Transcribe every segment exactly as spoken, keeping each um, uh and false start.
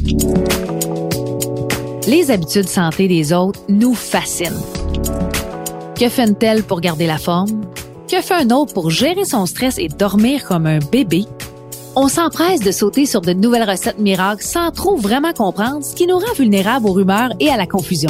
Les habitudes santé des autres nous fascinent. Que fait une telle pour garder la forme? Que fait un autre pour gérer son stress et dormir comme un bébé? On s'empresse de sauter sur de nouvelles recettes miracles sans trop vraiment comprendre, ce qui nous rend vulnérables aux rumeurs et à la confusion.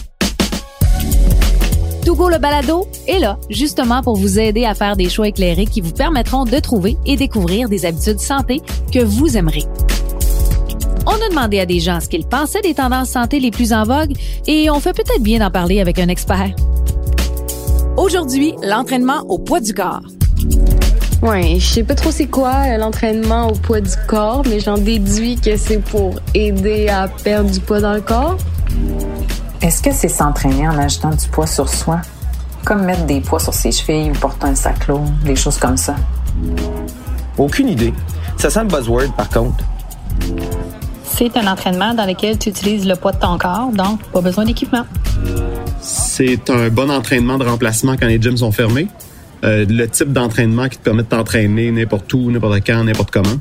Togo le balado est là, justement pour vous aider à faire des choix éclairés qui vous permettront de trouver et découvrir des habitudes santé que vous aimerez. On a demandé à des gens ce qu'ils pensaient des tendances santé les plus en vogue et on fait peut-être bien d'en parler avec un expert. Aujourd'hui, l'entraînement au poids du corps. Ouais, je sais pas trop c'est quoi l'entraînement au poids du corps, mais j'en déduis que c'est pour aider à perdre du poids dans le corps. Est-ce que c'est s'entraîner en ajoutant du poids sur soi? Comme mettre des poids sur ses chevilles ou porter un sac lourd, des choses comme ça. Aucune idée. Ça sent le buzzword, par contre. C'est un entraînement dans lequel tu utilises le poids de ton corps, donc pas besoin d'équipement. C'est un bon entraînement de remplacement quand les gyms sont fermés. Euh, le type d'entraînement qui te permet de t'entraîner n'importe où, n'importe quand, n'importe comment.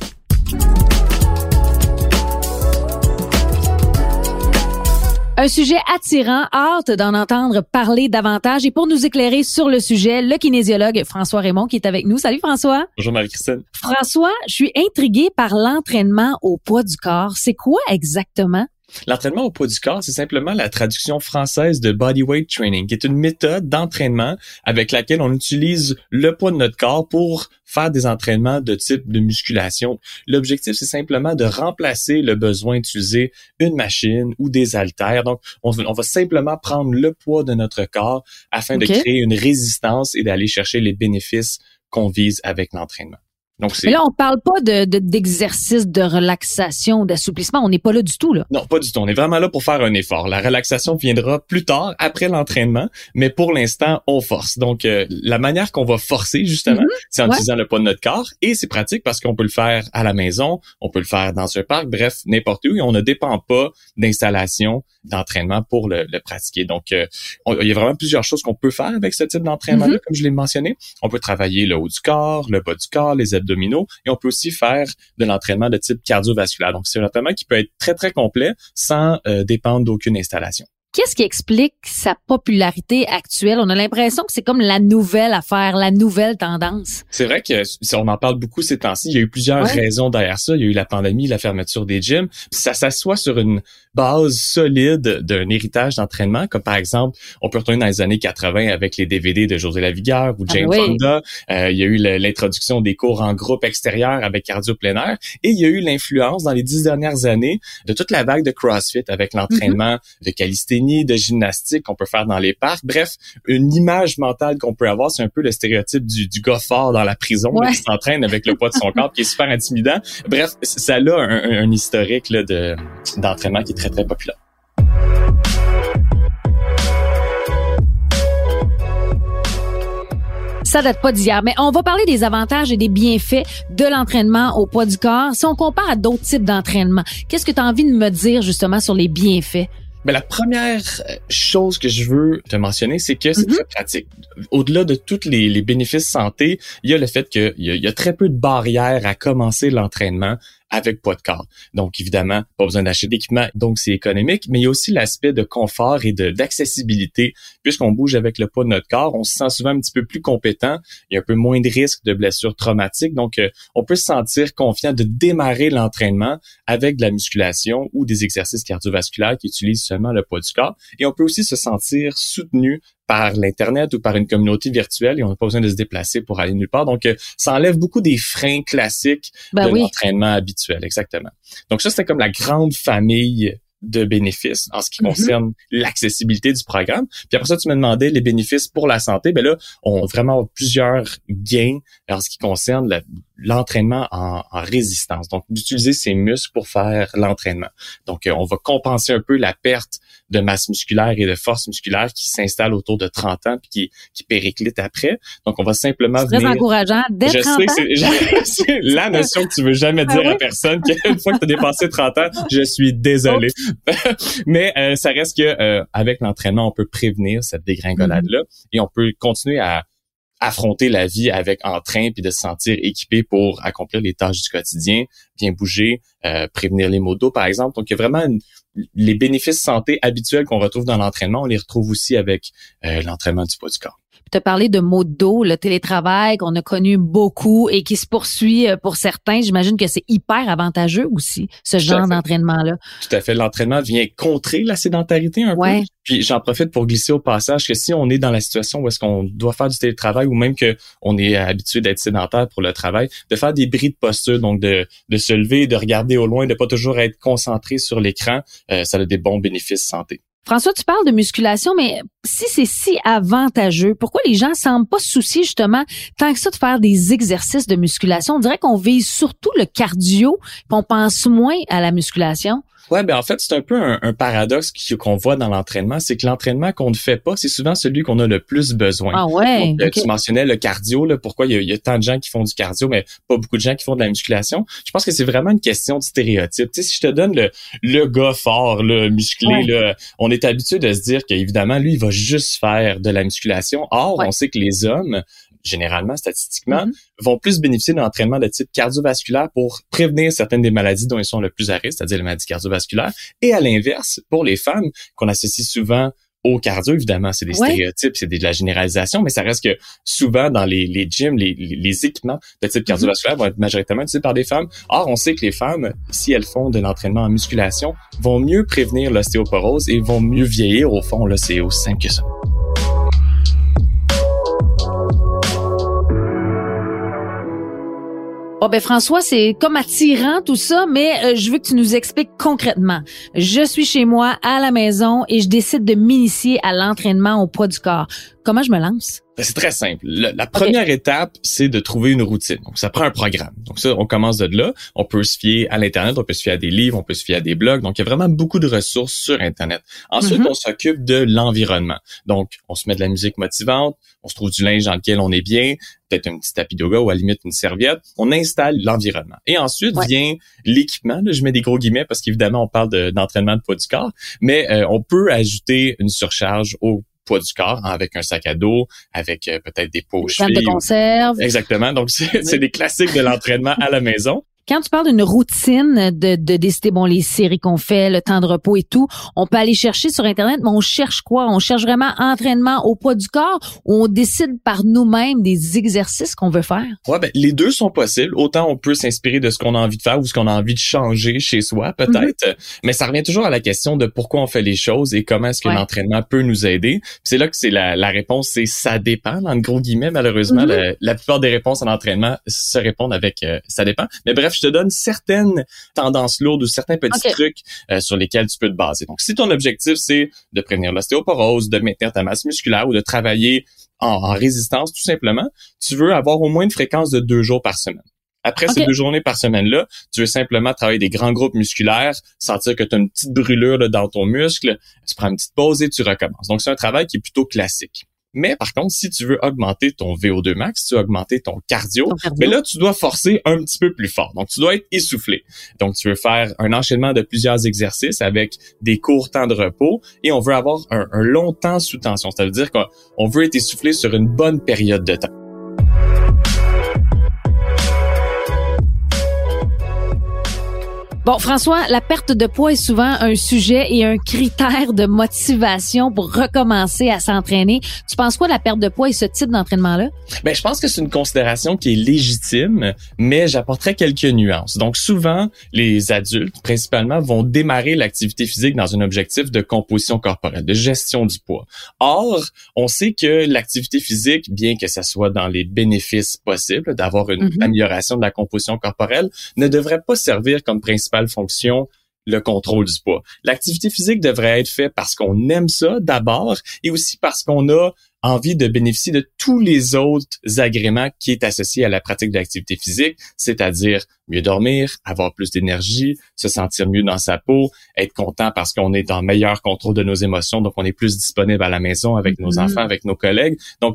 Un sujet attirant, hâte d'en entendre parler davantage. Et pour nous éclairer sur le sujet, le kinésiologue François Raymond qui est avec nous. Salut François. Bonjour Marie-Christine. François, je suis intriguée par l'entraînement au poids du corps. C'est quoi exactement? L'entraînement au poids du corps, c'est simplement la traduction française de bodyweight training, qui est une méthode d'entraînement avec laquelle on utilise le poids de notre corps pour faire des entraînements de type de musculation. L'objectif, c'est simplement de remplacer le besoin d'utiliser une machine ou des haltères. Donc, on, on va simplement prendre le poids de notre corps afin okay. de créer une résistance et d'aller chercher les bénéfices qu'on vise avec l'entraînement. Donc, c'est... Mais là, on parle pas de, de, d'exercice de relaxation, d'assouplissement. On n'est pas là du tout, là. Non, pas du tout. On est vraiment là pour faire un effort. La relaxation viendra plus tard, après l'entraînement, mais pour l'instant, on force. Donc, euh, la manière qu'on va forcer, justement, mm-hmm. c'est en ouais. utilisant le poids de notre corps. Et c'est pratique parce qu'on peut le faire à la maison, on peut le faire dans un parc, bref, n'importe où. Et on ne dépend pas d'installation d'entraînement pour le, le pratiquer. Donc, euh, on, il y a vraiment plusieurs choses qu'on peut faire avec ce type d'entraînement-là, mm-hmm. comme je l'ai mentionné. On peut travailler le haut du corps, le bas du corps, les abdominaux, et on peut aussi faire de l'entraînement de type cardiovasculaire. Donc, c'est un entraînement qui peut être très, très complet sans euh, dépendre d'aucune installation. Qu'est-ce qui explique sa popularité actuelle? On a l'impression que c'est comme la nouvelle affaire, la nouvelle tendance. C'est vrai que on en parle beaucoup ces temps-ci. Il y a eu plusieurs ouais. raisons derrière ça. Il y a eu la pandémie, la fermeture des gyms. Puis ça s'assoit sur une base solide d'un héritage d'entraînement, comme par exemple, on peut retourner dans les années quatre-vingts avec les D V D de José Lavigueur ou James ah oui. Fonda. Euh, il y a eu le, l'introduction des cours en groupe extérieur avec cardio plein air. Et il y a eu l'influence dans les dix dernières années de toute la vague de CrossFit avec l'entraînement mm-hmm. de calisthénie, de gymnastique qu'on peut faire dans les parcs. Bref, une image mentale qu'on peut avoir, c'est un peu le stéréotype du, du gars fort dans la prison ouais. là, qui s'entraîne avec le poids de son corps, qui est super intimidant. Bref, ça a un, un, un historique là, de, d'entraînement qui est très, très populaire. Ça date pas d'hier, mais on va parler des avantages et des bienfaits de l'entraînement au poids du corps. Si on compare à d'autres types d'entraînement, qu'est-ce que tu as envie de me dire justement sur les bienfaits? Ben, la première chose que je veux te mentionner, c'est que c'est mm-hmm. très pratique. Au-delà de tous les, les bénéfices santé, il y a le fait qu'il y a, il y a très peu de barrières à commencer l'entraînement avec poids de corps. Donc, évidemment, pas besoin d'acheter d'équipement, donc c'est économique, mais il y a aussi l'aspect de confort et de d'accessibilité. Puisqu'on bouge avec le poids de notre corps, on se sent souvent un petit peu plus compétent, il y a un peu moins de risques de blessures traumatiques, donc euh, on peut se sentir confiant de démarrer l'entraînement avec de la musculation ou des exercices cardiovasculaires qui utilisent seulement le poids du corps. Et on peut aussi se sentir soutenu par l'Internet ou par une communauté virtuelle et on n'a pas besoin de se déplacer pour aller nulle part. Donc, euh, ça enlève beaucoup des freins classiques ben de oui. l'entraînement habituel. Exactement. Donc, ça, c'était comme la grande famille de bénéfices en ce qui concerne mm-hmm. l'accessibilité du programme. Puis après ça, tu me demandais les bénéfices pour la santé. Ben là, on a vraiment plusieurs gains en ce qui concerne la, l'entraînement en, en résistance. Donc, d'utiliser ses muscles pour faire l'entraînement. Donc, euh, on va compenser un peu la perte de masse musculaire et de force musculaire qui s'installe autour de trente ans puis qui, qui périclite après. Donc, on va simplement c'est venir... très encourageant. Dès je trente sais ans? que c'est, c'est la notion que tu veux jamais dire ah oui? à personne, qu'une fois que tu as dépassé trente ans, je suis désolé. Mais euh, ça reste que euh, avec l'entraînement, on peut prévenir cette dégringolade-là mm-hmm. et on peut continuer à affronter la vie avec entrain puis de se sentir équipé pour accomplir les tâches du quotidien, bien bouger, euh, prévenir les maux de dos, par exemple. Donc, il y a vraiment une, les bénéfices santé habituels qu'on retrouve dans l'entraînement, on les retrouve aussi avec euh, l'entraînement du poids du corps. Tu as parlé de maux de dos, le télétravail qu'on a connu beaucoup et qui se poursuit pour certains. J'imagine que c'est hyper avantageux aussi, ce Tout genre d'entraînement-là. Tout à fait. L'entraînement vient contrer la sédentarité un ouais. peu. Puis j'en profite pour glisser au passage que si on est dans la situation où est-ce qu'on doit faire du télétravail ou même que on est habitué d'être sédentaire pour le travail, de faire des bris de posture, donc de, de se lever, de regarder au loin, de pas toujours être concentré sur l'écran, euh, ça a des bons bénéfices santé. François, tu parles de musculation, mais si c'est si avantageux, pourquoi les gens semblent pas se soucier justement tant que ça de faire des exercices de musculation? On dirait qu'on vise surtout le cardio, puis on pense moins à la musculation. Ouais, ben en fait, c'est un peu un, un paradoxe qu'on voit dans l'entraînement, c'est que l'entraînement qu'on ne fait pas, c'est souvent celui qu'on a le plus besoin. Ah ouais. Donc, okay. Tu mentionnais le cardio, là, pourquoi il y, a, il y a tant de gens qui font du cardio, mais pas beaucoup de gens qui font de la musculation. Je pense que c'est vraiment une question de stéréotype. Tu sais, si je te donne le le gars fort, le musclé, ouais. là, on est habitué de se dire qu'évidemment, lui, il va juste faire de la musculation. Or, ouais. on sait que les hommes, généralement, statistiquement, mm-hmm. vont plus bénéficier d'un entraînement de type cardiovasculaire pour prévenir certaines des maladies dont ils sont le plus à risque, c'est-à-dire les maladies cardiovasculaires. Et à l'inverse, pour les femmes, qu'on associe souvent au cardio, évidemment, c'est des ouais. stéréotypes, c'est de la généralisation, mais ça reste que souvent dans les, les gyms, les, les, les équipements de type cardiovasculaire mm-hmm. vont être majoritairement utilisés par des femmes. Or, on sait que les femmes, si elles font de l'entraînement en musculation, vont mieux prévenir l'ostéoporose et vont mieux vieillir. Au fond, là, c'est aussi simple que ça. Bon ben François, c'est comme attirant tout ça, mais euh, je veux que tu nous expliques concrètement. Je suis chez moi à la maison et je décide de m'initier à l'entraînement au poids du corps. Comment je me lance? C'est très simple. Le, la première okay. étape, c'est de trouver une routine. Donc, ça prend un programme. Donc, ça, on commence de là. On peut se fier à l'Internet, on peut se fier à des livres, on peut se fier à des blogs. Donc, il y a vraiment beaucoup de ressources sur Internet. Ensuite, mm-hmm. on s'occupe de l'environnement. Donc, on se met de la musique motivante, on se trouve du linge dans lequel on est bien, peut-être un petit tapis de yoga ou à la limite une serviette. On installe l'environnement. Et ensuite ouais. vient l'équipement. Là, je mets des gros guillemets parce qu'évidemment, on parle de, d'entraînement de poids du corps, mais euh, on peut ajouter une surcharge au poids du corps, hein, avec un sac à dos, avec euh, peut-être des pots aux chevilles. de conserve. Exactement. Donc, c'est, oui. c'est des classiques de l'entraînement à la maison. Quand tu parles d'une routine de, de décider, bon, les séries qu'on fait, le temps de repos et tout, on peut aller chercher sur Internet, mais on cherche quoi? On cherche vraiment entraînement au poids du corps ou on décide par nous-mêmes des exercices qu'on veut faire? Ouais, ben, les deux sont possibles. Autant on peut s'inspirer de ce qu'on a envie de faire ou ce qu'on a envie de changer chez soi, peut-être. Mm-hmm. Mais ça revient toujours à la question de pourquoi on fait les choses et comment est-ce que ouais. l'entraînement peut nous aider. Puis c'est là que c'est la, la réponse, c'est ça dépend, entre gros guillemets. Malheureusement, mm-hmm. la, la plupart des réponses à l'entraînement se répondent avec euh, ça dépend. Mais bref, je te donne certaines tendances lourdes ou certains petits okay. trucs euh, sur lesquels tu peux te baser. Donc, si ton objectif, c'est de prévenir l'ostéoporose, de maintenir ta masse musculaire ou de travailler en, en résistance, tout simplement, tu veux avoir au moins une fréquence de deux jours par semaine. Après okay. ces deux journées par semaine-là, tu veux simplement travailler des grands groupes musculaires, sentir que tu as une petite brûlure là, dans ton muscle, tu prends une petite pause et tu recommences. Donc, c'est un travail qui est plutôt classique. Mais par contre, si tu veux augmenter ton V O deux max, si tu veux augmenter ton cardio, ton cardio, mais là, tu dois forcer un petit peu plus fort. Donc, tu dois être essoufflé. Donc, tu veux faire un enchaînement de plusieurs exercices avec des courts temps de repos et on veut avoir un, un long temps sous tension. Ça veut dire qu'on veut être essoufflé sur une bonne période de temps. Bon, François, la perte de poids est souvent un sujet et un critère de motivation pour recommencer à s'entraîner. Tu penses quoi de la perte de poids et ce type d'entraînement-là? Ben, je pense que c'est une considération qui est légitime, mais j'apporterais quelques nuances. Donc, souvent, les adultes, principalement, vont démarrer l'activité physique dans un objectif de composition corporelle, de gestion du poids. Or, on sait que l'activité physique, bien que ça soit dans les bénéfices possibles, d'avoir une mm-hmm. amélioration de la composition corporelle, ne devrait pas servir comme principal fonction le contrôle du poids. L'activité physique devrait être faite parce qu'on aime ça d'abord et aussi parce qu'on a envie de bénéficier de tous les autres agréments qui est associés à la pratique de l'activité physique, c'est-à-dire mieux dormir, avoir plus d'énergie, se sentir mieux dans sa peau, être content parce qu'on est en meilleur contrôle de nos émotions, donc on est plus disponible à la maison avec nos mmh. enfants, avec nos collègues. Donc,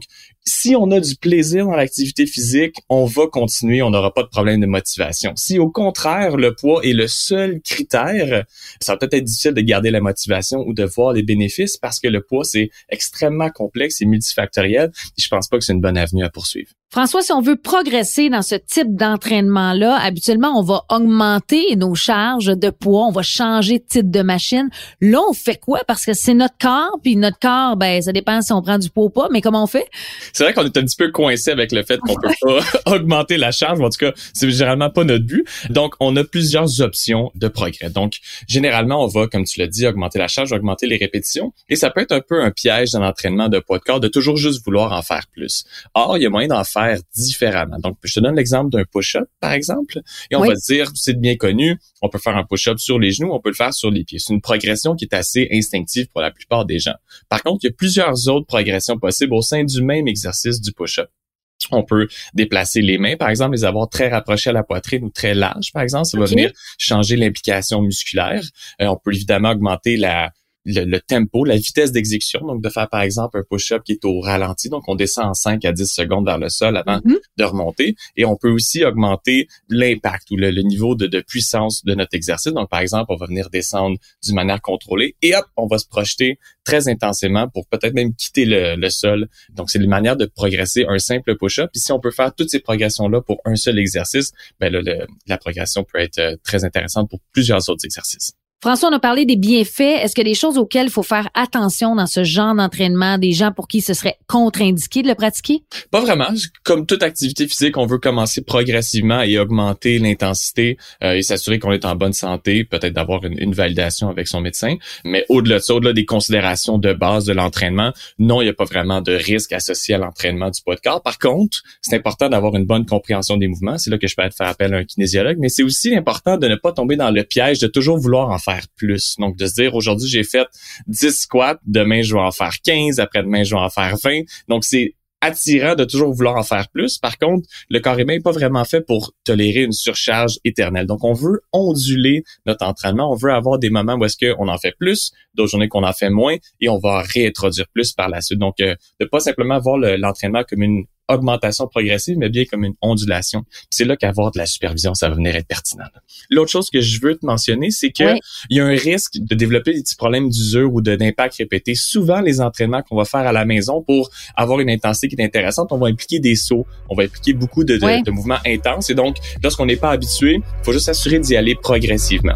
si on a du plaisir dans l'activité physique, on va continuer, on n'aura pas de problème de motivation. Si au contraire, le poids est le seul critère, ça va peut-être être difficile de garder la motivation ou de voir les bénéfices parce que le poids, c'est extrêmement complexe et multifactoriel et je pense pas que c'est une bonne avenue à poursuivre. François, si on veut progresser dans ce type d'entraînement-là, habituellement, on va augmenter nos charges de poids, on va changer de type de machine. Là, on fait quoi? Parce que c'est notre corps, puis notre corps, ben, ça dépend si on prend du poids ou pas, mais comment on fait? C'est vrai qu'on est un petit peu coincé avec le fait qu'on peut pas augmenter la charge, en tout cas, c'est généralement pas notre but. Donc, on a plusieurs options de progrès. Donc, généralement, on va, comme tu l'as dit, augmenter la charge, augmenter les répétitions, et ça peut être un peu un piège dans l'entraînement de poids de corps de toujours juste vouloir en faire plus. Or, il y a moyen d'en faire différemment. Donc, je te donne l'exemple d'un push-up, par exemple, et on oui. va dire, c'est bien connu, on peut faire un push-up sur les genoux, on peut le faire sur les pieds. C'est une progression qui est assez instinctive pour la plupart des gens. Par contre, il y a plusieurs autres progressions possibles au sein du même exercice du push-up. On peut déplacer les mains, par exemple, les avoir très rapprochées à la poitrine ou très larges, par exemple. Ça va okay. venir changer l'implication musculaire. Euh, on peut évidemment augmenter la Le, le tempo, la vitesse d'exécution, donc de faire par exemple un push-up qui est au ralenti, donc on descend en cinq à dix secondes vers le sol avant mm-hmm. de remonter, et on peut aussi augmenter l'impact ou le, le niveau de, de puissance de notre exercice, donc par exemple on va venir descendre d'une manière contrôlée et hop, on va se projeter très intensément pour peut-être même quitter le, le sol, donc c'est une manière de progresser un simple push-up, et si on peut faire toutes ces progressions-là pour un seul exercice, ben là, le, la progression peut être très intéressante pour plusieurs autres exercices. François, on a parlé des bienfaits. Est-ce qu'il y a des choses auxquelles il faut faire attention dans ce genre d'entraînement, des gens pour qui ce serait contre-indiqué de le pratiquer? Pas vraiment. Comme toute activité physique, on veut commencer progressivement et augmenter l'intensité euh, et s'assurer qu'on est en bonne santé, peut-être d'avoir une, une validation avec son médecin. Mais au-delà de ça, au-delà des considérations de base de l'entraînement, non, il n'y a pas vraiment de risque associé à l'entraînement du poids de corps. Par contre, c'est important d'avoir une bonne compréhension des mouvements. C'est là que je peux être faire appel à un kinésiologue, mais c'est aussi important de ne pas tomber dans le piège de toujours vouloir en faire plus. Donc, de se dire, aujourd'hui, j'ai fait dix squats, demain, je vais en faire quinze, après-demain, je vais en faire vingt. Donc, c'est attirant de toujours vouloir en faire plus. Par contre, le corps humain n'est pas vraiment fait pour tolérer une surcharge éternelle. Donc, on veut onduler notre entraînement. On veut avoir des moments où est-ce qu'on en fait plus, d'autres journées qu'on en fait moins, et on va réintroduire plus par la suite. Donc, euh, de pas simplement voir le, l'entraînement comme une augmentation progressive, mais bien comme une ondulation. C'est là qu'avoir de la supervision, ça va venir être pertinent. L'autre chose que je veux te mentionner, c'est que oui. il y a un risque de développer des petits problèmes d'usure ou de, d'impact répété. Souvent, les entraînements qu'on va faire à la maison pour avoir une intensité qui est intéressante, on va impliquer des sauts, on va impliquer beaucoup de, de, oui. de mouvements intenses. Et donc, lorsqu'on n'est pas habitué, il faut juste s'assurer d'y aller progressivement.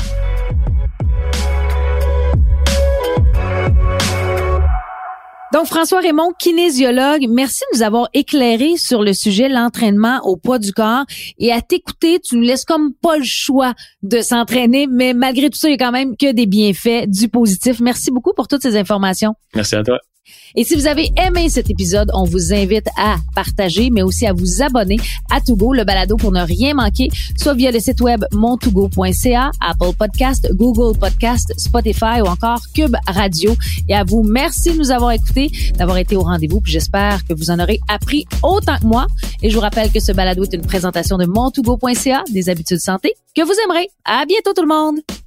Donc, François Raymond, kinésiologue, merci de nous avoir éclairé sur le sujet, l'entraînement au poids du corps. Et à t'écouter, tu nous laisses comme pas le choix de s'entraîner, mais malgré tout ça, il y a quand même que des bienfaits, du positif. Merci beaucoup pour toutes ces informations. Merci à toi. Et si vous avez aimé cet épisode, on vous invite à partager, mais aussi à vous abonner à Togo, le balado pour ne rien manquer, soit via le site web mon tougo point c a, Apple Podcast, Google Podcast, Spotify ou encore Cube Radio. Et à vous, merci de nous avoir écoutés, d'avoir été au rendez-vous, puis j'espère que vous en aurez appris autant que moi. Et je vous rappelle que ce balado est une présentation de mon tougo point c a, des habitudes santé que vous aimerez. À bientôt tout le monde!